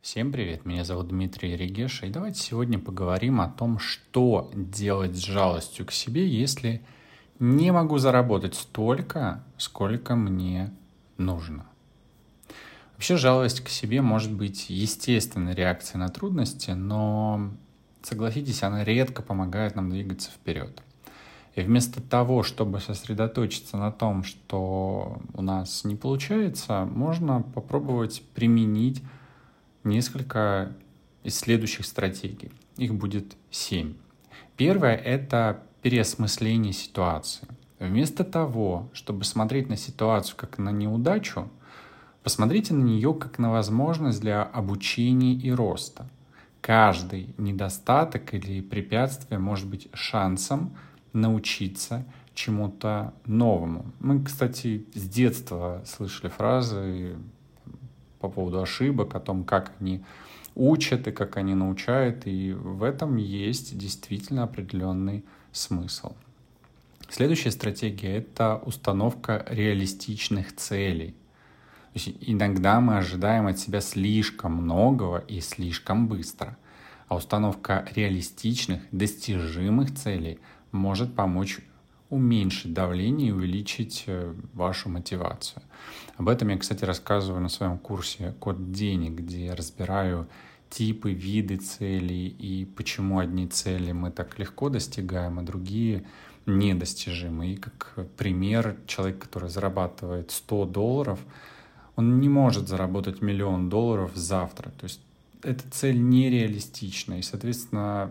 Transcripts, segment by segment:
Всем привет, меня зовут Дмитрий Регеша, и давайте сегодня поговорим о том, что делать с жалостью к себе, если не могу заработать столько, сколько мне нужно. Вообще жалость к себе может быть естественной реакцией на трудности, но, согласитесь, она редко помогает нам двигаться вперед. И вместо того, чтобы сосредоточиться на том, что у нас не получается, можно попробовать применить несколько из следующих стратегий. Их будет 7. Первое — это переосмысление ситуации. Вместо того, чтобы смотреть на ситуацию как на неудачу, посмотрите на нее как на возможность для обучения и роста. Каждый недостаток или препятствие может быть шансом научиться чему-то новому. Мы, кстати, с детства слышали фразы по поводу ошибок, о том, как они учат и как они научают, и в этом есть действительно определенный смысл. Следующая стратегия — это установка реалистичных целей. То есть иногда мы ожидаем от себя слишком многого и слишком быстро, а установка реалистичных, достижимых целей может помочь уменьшить давление и увеличить вашу мотивацию. Об этом я, кстати, рассказываю на своем курсе «Код денег», где я разбираю типы, виды целей и почему одни цели мы так легко достигаем, а другие недостижимы. И как пример, человек, который зарабатывает $100, он не может заработать $1 000 000 завтра. То есть эта цель нереалистична, и, соответственно,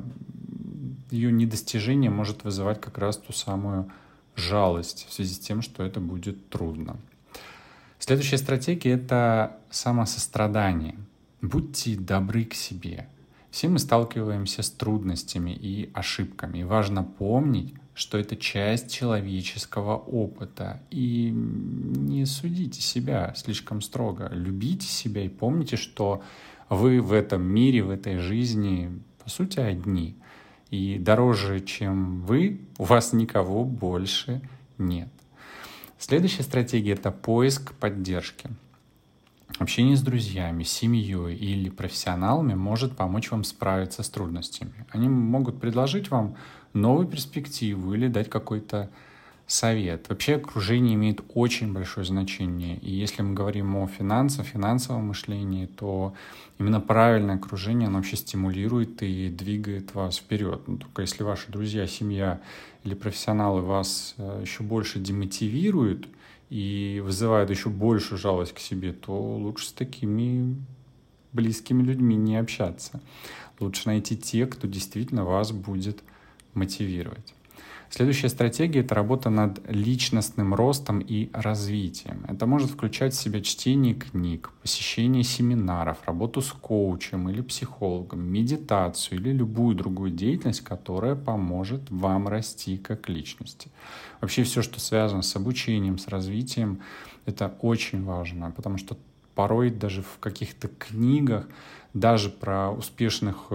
ее недостижение может вызывать как раз ту самую жалость в связи с тем, что это будет трудно. Следующая стратегия — это самосострадание. Будьте добры к себе. Все мы сталкиваемся с трудностями и ошибками. И важно помнить, что это часть человеческого опыта. И не судите себя слишком строго. Любите себя и помните, что вы в этом мире, в этой жизни, по сути, одни. И дороже, чем вы, у вас никого больше нет. Следующая стратегия — это поиск поддержки. Общение с друзьями, семьей или профессионалами может помочь вам справиться с трудностями. Они могут предложить вам новую перспективу или дать какой-то совет. Вообще окружение имеет очень большое значение. И если мы говорим о финансовом мышлении, то именно правильное окружение, оно вообще стимулирует и двигает вас вперед. Но только если ваши друзья, семья или профессионалы вас еще больше демотивируют и вызывают еще большую жалость к себе, то лучше с такими близкими людьми не общаться. Лучше найти тех, кто действительно вас будет мотивировать. Следующая стратегия — это работа над личностным ростом и развитием. Это может включать в себя чтение книг, посещение семинаров, работу с коучем или психологом, медитацию или любую другую деятельность, которая поможет вам расти как личности. Вообще все, что связано с обучением, с развитием, это очень важно, потому что порой даже в каких-то книгах, даже про успешных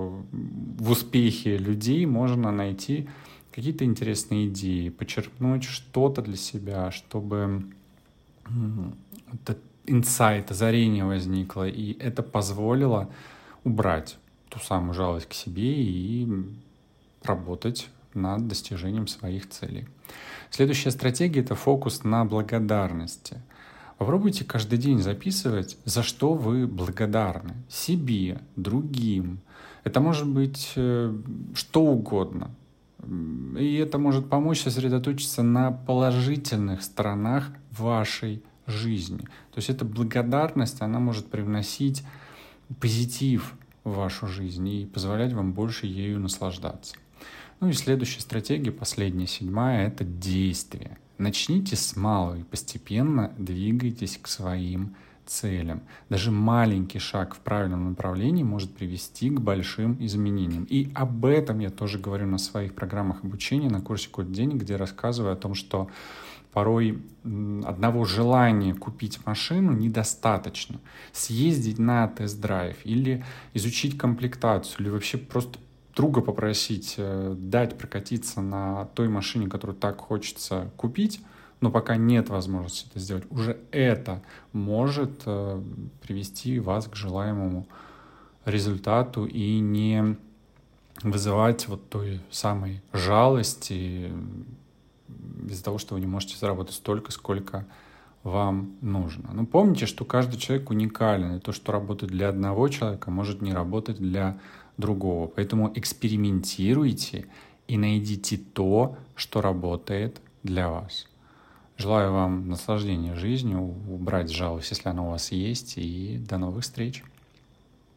в успехе людей можно найти какие-то интересные идеи, почерпнуть что-то для себя, чтобы этот инсайт, озарение возникло, и это позволило убрать ту самую жалость к себе и работать над достижением своих целей. Следующая стратегия — это фокус на благодарности. Попробуйте каждый день записывать, за что вы благодарны себе, другим. Это может быть что угодно. И это может помочь сосредоточиться на положительных сторонах вашей жизни. То есть эта благодарность, она может привносить позитив в вашу жизнь и позволять вам больше ею наслаждаться. Ну и следующая стратегия, последняя, 7-я, это действие. Начните с малого и постепенно двигайтесь к своим целям. Даже маленький шаг в правильном направлении может привести к большим изменениям. И об этом я тоже говорю на своих программах обучения, на курсе «Код денег», где рассказываю о том, что порой одного желания купить машину недостаточно. Съездить на тест-драйв или изучить комплектацию, или вообще просто друга попросить дать прокатиться на той машине, которую так хочется купить, но пока нет возможности это сделать, уже это может привести вас к желаемому результату и не вызывать вот той самой жалости из-за того, что вы не можете заработать столько, сколько вам нужно. Но помните, что каждый человек уникален, и то, что работает для одного человека, может не работать для другого. Поэтому экспериментируйте и найдите то, что работает для вас. Желаю вам наслаждения жизнью, убрать жалость, если она у вас есть, и до новых встреч!